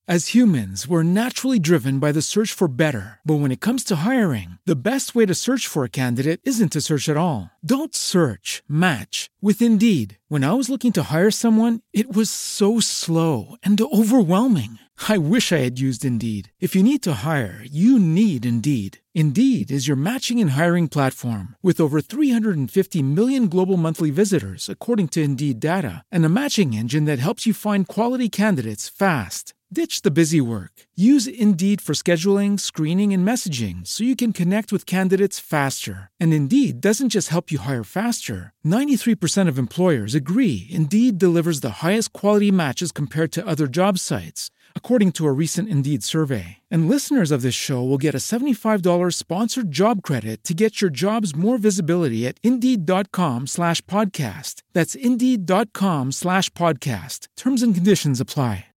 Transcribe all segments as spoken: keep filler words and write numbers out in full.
As humans, we're naturally driven by the search for better. But when it comes to hiring, the best way to search for a candidate isn't to search at all. Don't search, match with Indeed. When I was looking to hire someone, it was so slow and overwhelming. I wish I had used Indeed. If you need to hire, you need Indeed. Indeed is your matching and hiring platform with over three hundred fifty million global monthly visitors, according to Indeed data, and a matching engine that helps you find quality candidates fast. Ditch the busy work. Use Indeed for scheduling, screening, and messaging so you can connect with candidates faster. And Indeed doesn't just help you hire faster. ninety-three percent of employers agree Indeed delivers the highest quality matches compared to other job sites, according to a recent Indeed survey. And listeners of this show will get a seventy-five dollars sponsored job credit to get your jobs more visibility at Indeed.com slash podcast. That's Indeed.com slash podcast. Terms and conditions apply.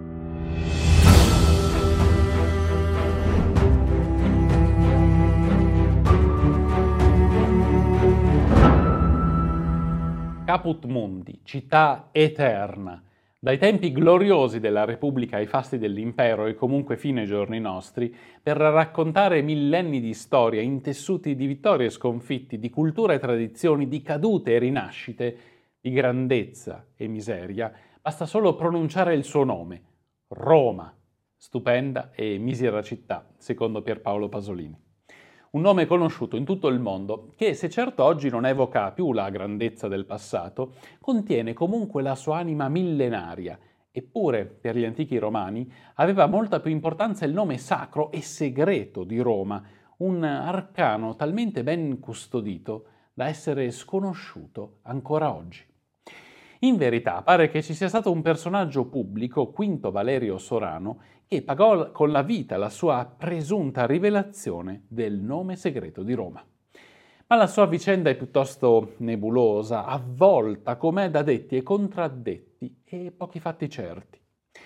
Caput Mundi, città eterna. Dai tempi gloriosi della Repubblica ai fasti dell'impero e comunque fino ai giorni nostri, per raccontare millenni di storia intessuti di vittorie e sconfitti, di cultura e tradizioni, di cadute e rinascite, di grandezza e miseria, basta solo pronunciare il suo nome, Roma, stupenda e misera città, secondo Pierpaolo Pasolini. Un nome conosciuto in tutto il mondo che, se certo oggi non evoca più la grandezza del passato, contiene comunque la sua anima millenaria. Eppure, per gli antichi romani, aveva molta più importanza il nome sacro e segreto di Roma, un arcano talmente ben custodito da essere sconosciuto ancora oggi. In verità, pare che ci sia stato un personaggio pubblico, Quinto Valerio Sorano, che pagò con la vita la sua presunta rivelazione del nome segreto di Roma. Ma la sua vicenda è piuttosto nebulosa, avvolta com'è da detti e contraddetti e pochi fatti certi.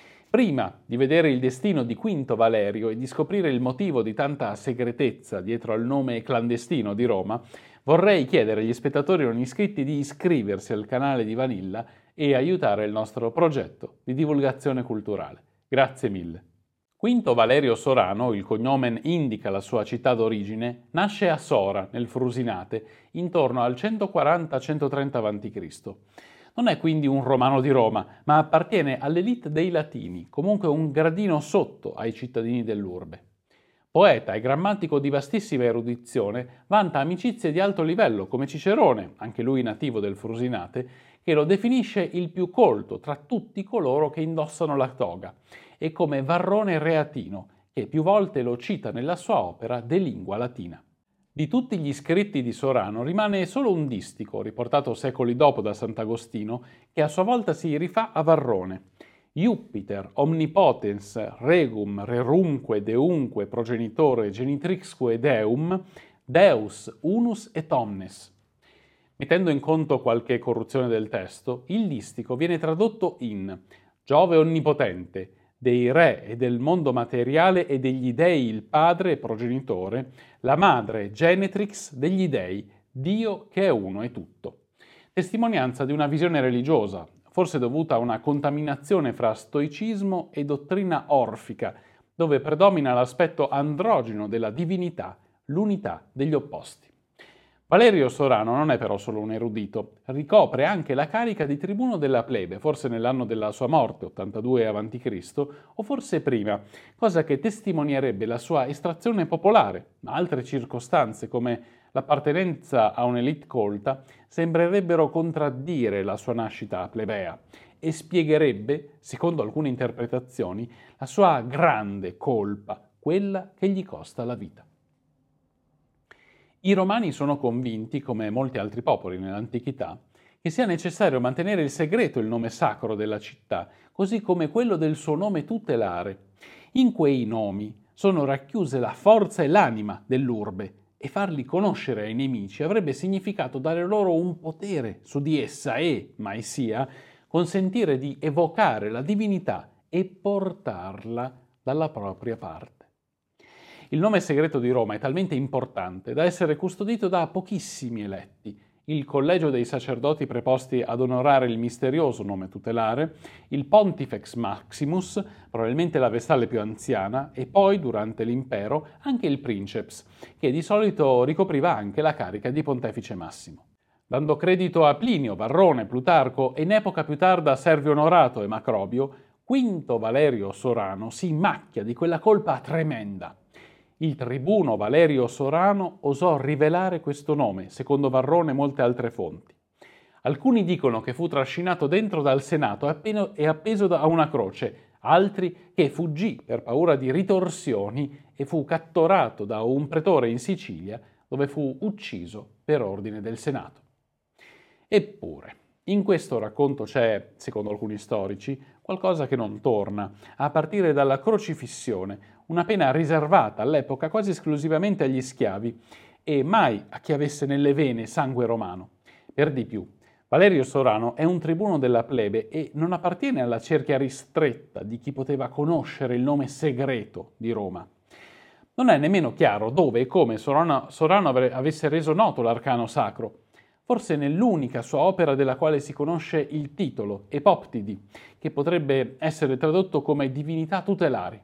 Prima di vedere il destino di Quinto Valerio e di scoprire il motivo di tanta segretezza dietro al nome clandestino di Roma, vorrei chiedere agli spettatori non iscritti di iscriversi al canale di Vanilla e aiutare il nostro progetto di divulgazione culturale. Grazie mille. Quinto Valerio Sorano, il cognomen indica la sua città d'origine, nasce a Sora, nel Frusinate, intorno al centoquaranta centotrenta avanti Cristo Non è quindi un romano di Roma, ma appartiene all'elite dei latini, comunque un gradino sotto ai cittadini dell'urbe. Poeta e grammatico di vastissima erudizione, vanta amicizie di alto livello, come Cicerone, anche lui nativo del Frusinate, che lo definisce il più colto tra tutti coloro che indossano la toga, e come Varrone Reatino, che più volte lo cita nella sua opera De Lingua Latina. Di tutti gli scritti di Sorano rimane solo un distico, riportato secoli dopo da Sant'Agostino, che a sua volta si rifà a Varrone. Jupiter, omnipotens, regum, rerumque, deunque, progenitore, genitrixque deum, Deus, unus et omnes. Mettendo in conto qualche corruzione del testo, il distico viene tradotto in Giove onnipotente, dei re e del mondo materiale e degli dei il padre e progenitore, la madre genetrix degli dei, Dio che è uno e tutto. Testimonianza di una visione religiosa, forse dovuta a una contaminazione fra stoicismo e dottrina orfica, dove predomina l'aspetto androgeno della divinità, l'unità degli opposti. Valerio Sorano non è però solo un erudito, ricopre anche la carica di tribuno della plebe, forse nell'anno della sua morte, ottantadue avanti Cristo, o forse prima, cosa che testimonierebbe la sua estrazione popolare, ma altre circostanze come l'appartenenza a un'elite colta sembrerebbero contraddire la sua nascita plebea e spiegherebbe, secondo alcune interpretazioni, la sua grande colpa, quella che gli costa la vita. I romani sono convinti, come molti altri popoli nell'antichità, che sia necessario mantenere il segreto il nome sacro della città, così come quello del suo nome tutelare. In quei nomi sono racchiuse la forza e l'anima dell'urbe, e farli conoscere ai nemici avrebbe significato dare loro un potere su di essa e, mai sia, consentire di evocare la divinità e portarla dalla propria parte. Il nome segreto di Roma è talmente importante da essere custodito da pochissimi eletti. il collegio dei sacerdoti preposti ad onorare il misterioso nome tutelare, il Pontifex Maximus, probabilmente la vestale più anziana, e poi, durante l'impero, anche il Princeps, che di solito ricopriva anche la carica di Pontefice Massimo. Dando credito a Plinio, Varrone, Plutarco e in epoca più tarda a Servio Onorato e Macrobio, Quinto Valerio Sorano si macchia di quella colpa tremenda. Il tribuno Valerio Sorano osò rivelare questo nome, secondo Varrone e molte altre fonti. Alcuni dicono che fu trascinato dentro dal Senato e appeso a una croce, altri che fuggì per paura di ritorsioni e fu catturato da un pretore in Sicilia, dove fu ucciso per ordine del Senato. Eppure, in questo racconto c'è, secondo alcuni storici, qualcosa che non torna, a partire dalla crocifissione, una pena riservata all'epoca quasi esclusivamente agli schiavi e mai a chi avesse nelle vene sangue romano. Per di più, Valerio Sorano è un tribuno della plebe e non appartiene alla cerchia ristretta di chi poteva conoscere il nome segreto di Roma. Non è nemmeno chiaro dove e come Sorano, Sorano avesse reso noto l'arcano sacro. Forse nell'unica sua opera della quale si conosce il titolo, Epoptidi, che potrebbe essere tradotto come divinità tutelari.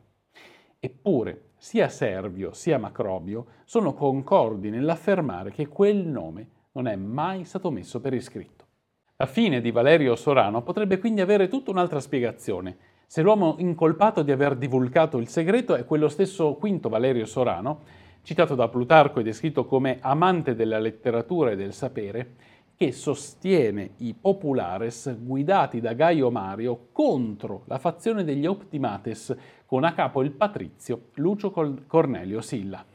Eppure, sia Servio sia Macrobio sono concordi nell'affermare che quel nome non è mai stato messo per iscritto. La fine di Valerio Sorano potrebbe quindi avere tutta un'altra spiegazione. Se l'uomo incolpato di aver divulgato il segreto è quello stesso Quinto Valerio Sorano, citato da Plutarco e descritto come amante della letteratura e del sapere, che sostiene i populares guidati da Gaio Mario contro la fazione degli Optimates, con a capo il patrizio Lucio Cornelio Silla.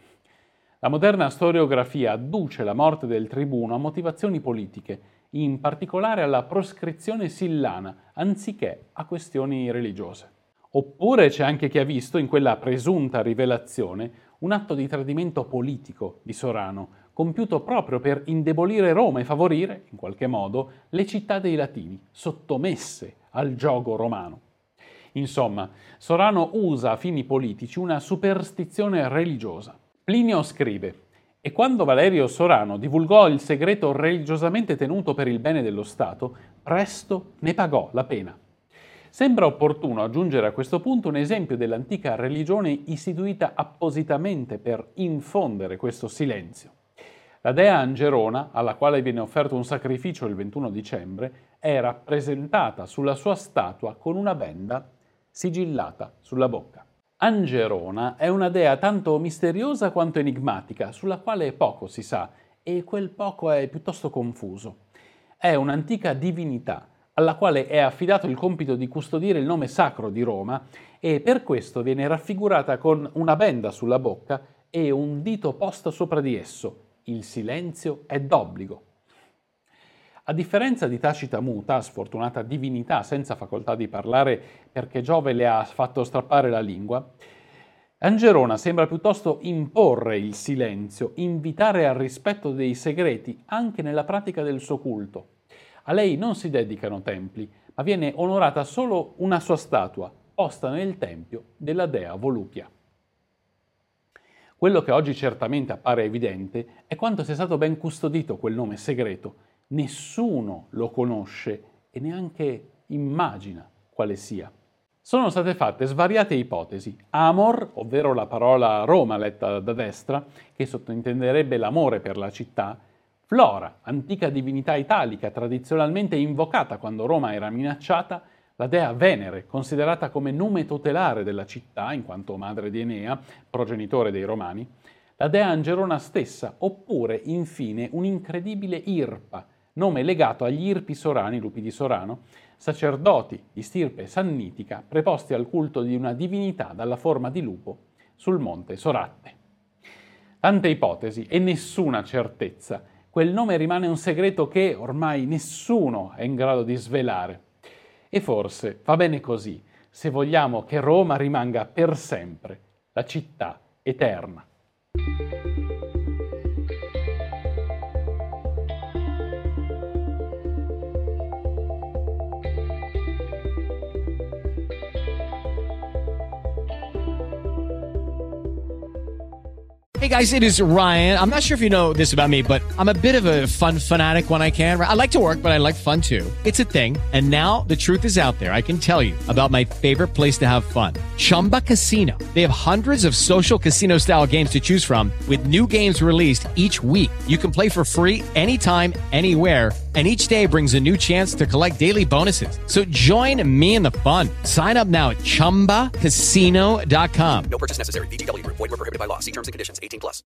La moderna storiografia adduce la morte del tribuno a motivazioni politiche, in particolare alla proscrizione sillana, anziché a questioni religiose. Oppure c'è anche chi ha visto in quella presunta rivelazione un atto di tradimento politico di Sorano, compiuto proprio per indebolire Roma e favorire, in qualche modo, le città dei Latini, sottomesse al giogo romano. Insomma, Sorano usa a fini politici una superstizione religiosa. Plinio scrive: «E quando Valerio Sorano divulgò il segreto religiosamente tenuto per il bene dello Stato, presto ne pagò la pena». Sembra opportuno aggiungere a questo punto un esempio dell'antica religione istituita appositamente per infondere questo silenzio. La dea Angerona, alla quale viene offerto un sacrificio il ventuno dicembre, è rappresentata sulla sua statua con una benda sigillata sulla bocca. Angerona è una dea tanto misteriosa quanto enigmatica, sulla quale poco si sa, e quel poco è piuttosto confuso. È un'antica divinità, alla quale è affidato il compito di custodire il nome sacro di Roma e per questo viene raffigurata con una benda sulla bocca e un dito posto sopra di esso. Il silenzio è d'obbligo. A differenza di Tacita Muta, sfortunata divinità senza facoltà di parlare perché Giove le ha fatto strappare la lingua, Angerona sembra piuttosto imporre il silenzio, invitare al rispetto dei segreti anche nella pratica del suo culto. A lei non si dedicano templi, ma viene onorata solo una sua statua, posta nel tempio della dea Volupia. Quello che oggi certamente appare evidente è quanto sia stato ben custodito quel nome segreto. Nessuno lo conosce e neanche immagina quale sia. Sono state fatte svariate ipotesi. Amor, ovvero la parola Roma letta da destra, che sottointenderebbe l'amore per la città, Flora, antica divinità italica tradizionalmente invocata quando Roma era minacciata, la dea Venere, considerata come nume tutelare della città, in quanto madre di Enea, progenitore dei Romani, la dea Angerona stessa, oppure, infine, un incredibile Irpa, nome legato agli Irpi Sorani, lupi di Sorano, sacerdoti di stirpe sannitica preposti al culto di una divinità dalla forma di lupo sul monte Soratte. Tante ipotesi e nessuna certezza. Quel nome rimane un segreto che ormai nessuno è in grado di svelare. E forse va bene così, se vogliamo che Roma rimanga per sempre la città eterna. Hey guys, it is Ryan. I'm not sure if you know this about me, but I'm a bit of a fun fanatic when I can. I like to work, but I like fun too. It's a thing. And now the truth is out there. I can tell you about my favorite place to have fun. Chumba Casino. They have hundreds of social casino style games to choose from with new games released each week. You can play for free anytime, anywhere. And each day brings a new chance to collect daily bonuses. So join me in the fun. Sign up now at chumba casino dot com. No purchase necessary. V G W Group. Void where prohibited by law. See terms and conditions. eighteen plus.